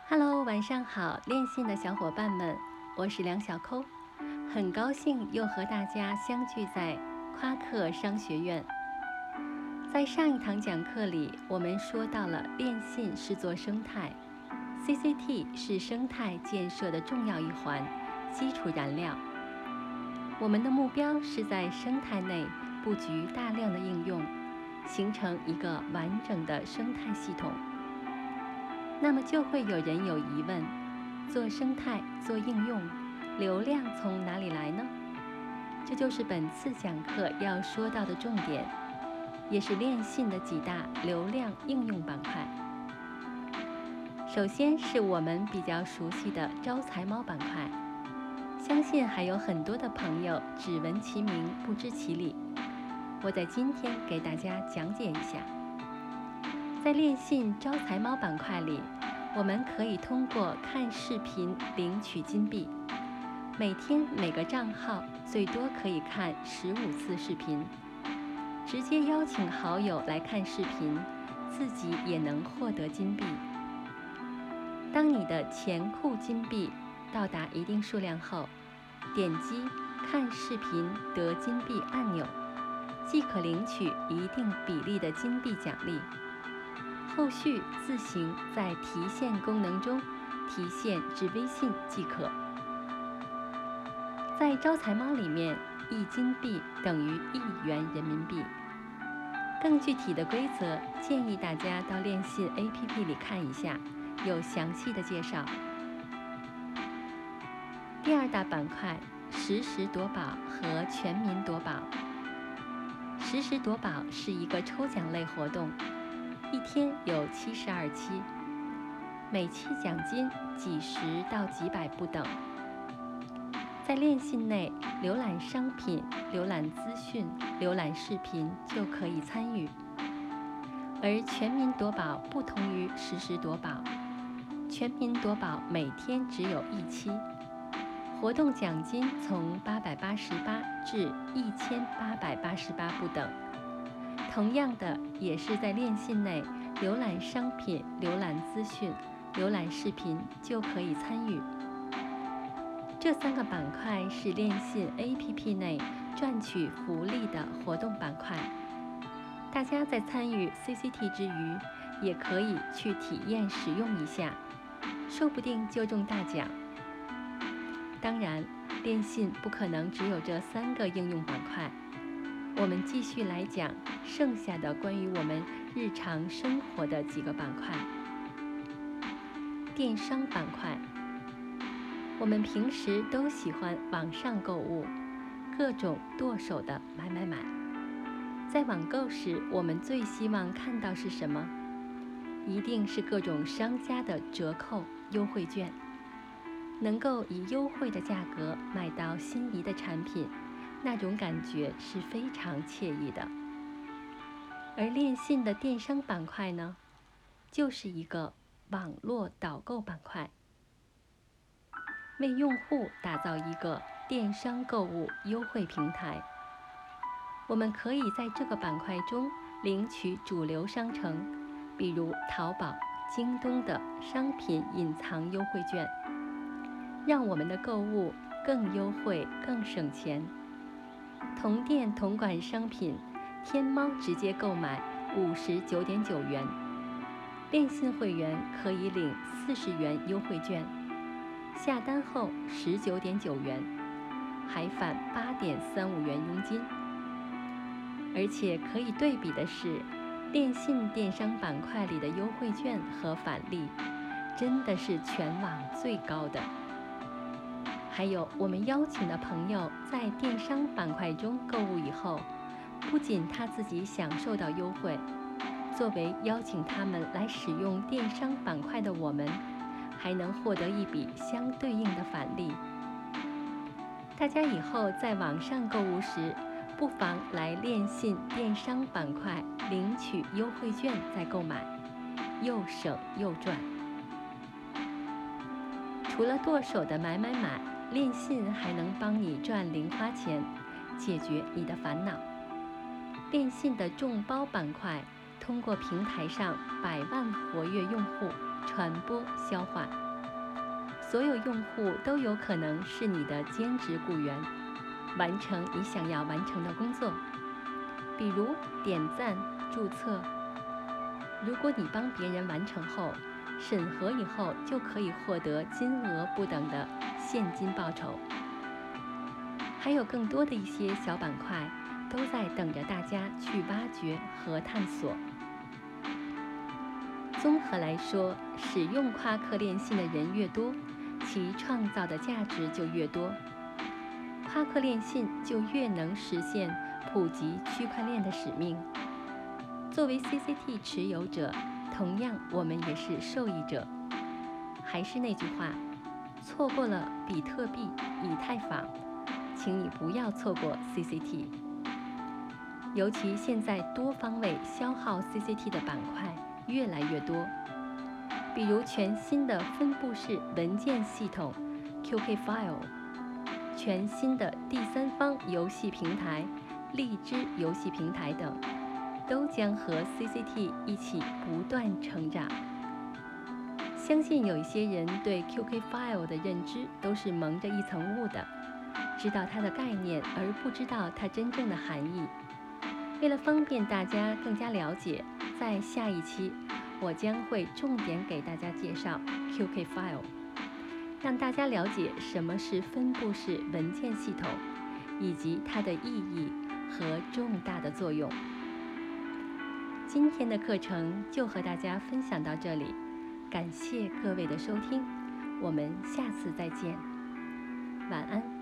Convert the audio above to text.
Hello，晚上好，练信的小伙伴们，我是梁小抠，很高兴又和大家相聚在夸克商学院。在上一堂讲课里，我们说到了练信是做生态 ，CCT 是生态建设的重要一环，基础燃料。我们的目标是在生态内布局大量的应用，形成一个完整的生态系统。那么就会有人有疑问：做生态、做应用，流量从哪里来呢？这就是本次讲课要说到的重点，也是练信的几大流量应用板块。首先是我们比较熟悉的招财猫板块，相信还有很多的朋友只闻其名不知其理。我在今天给大家讲解一下。在练信招财猫板块里，我们可以通过看视频领取金币，每天每个账号最多可以看15次视频，直接邀请好友来看视频，自己也能获得金币。当你的钱库金币到达一定数量后，点击看视频得金币按钮，即可领取一定比例的金币奖励。后续自行在提现功能中提现至微信即可。在招财猫里面，1金币等于1元人民币。更具体的规则，建议大家到练信 APP 里看一下，有详细的介绍。第二大板块，实时夺宝和全民夺宝。实时夺宝是一个抽奖类活动，一天有72期，每期奖金几十到几百不等。在练信内，浏览商品、浏览资讯、浏览视频就可以参与。而全民夺宝不同于实时夺宝，全民夺宝每天只有1期，活动奖金从888至1888不等。同样的，也是在练信内浏览商品、浏览资讯、浏览视频就可以参与。这3个板块是练信 APP 内赚取福利的活动板块，大家在参与 CCT 之余，也可以去体验使用一下，说不定就中大奖。当然，练信不可能只有这3个应用板块，我们继续来讲剩下的关于我们日常生活的几个板块。电商板块，我们平时都喜欢网上购物，各种剁手的买。在网购时，我们最希望看到是什么？一定是各种商家的折扣优惠券，能够以优惠的价格买到心仪的产品，那种感觉是非常惬意的。而练信的电商板块呢，就是一个网络导购板块，为用户打造一个电商购物优惠平台。我们可以在这个板块中领取主流商城，比如淘宝、京东的商品隐藏优惠券，让我们的购物更优惠、更省钱。同店同款商品，天猫直接购买59.9元，练信会员可以领40元优惠券，下单后19.9元，还返8.35元佣金。而且可以对比的是，练信电商板块里的优惠券和返利，真的是全网最高的。还有我们邀请的朋友在电商板块中购物以后，不仅他自己享受到优惠，作为邀请他们来使用电商板块的我们，还能获得一笔相对应的返利。大家以后在网上购物时，不妨来练信电商板块领取优惠券再购买，又省又赚。除了剁手的买，练信还能帮你赚零花钱，解决你的烦恼。电信的众包板块，通过平台上100万活跃用户， 传播、消化。所有用户都有可能是你的兼职雇员，完成你想要完成的工作，比如点赞、注册。如果你帮别人完成后，审核以后就可以获得金额不等的现金报酬。还有更多的一些小板块都在等着大家去挖掘和探索。综合来说，使用夸克链信的人越多，其创造的价值就越多，夸克链信就越能实现普及区块链的使命。作为 CCT 持有者，同样我们也是受益者。还是那句话，错过了比特币、以太坊，请你不要错过 CCT。尤其现在多方位消耗 CCT 的板块越来越多，比如全新的分布式文件系统 QK File， 全新的第三方游戏平台荔枝游戏平台等，都将和 CCT 一起不断成长。相信有一些人对 QK File 的认知都是蒙着一层雾的，知道它的概念而不知道它真正的含义。为了方便大家更加了解，在下一期我将会重点给大家介绍 QK File， 让大家了解什么是分布式文件系统，以及它的意义和重大的作用。今天的课程就和大家分享到这里，感谢各位的收听，我们下次再见，晚安。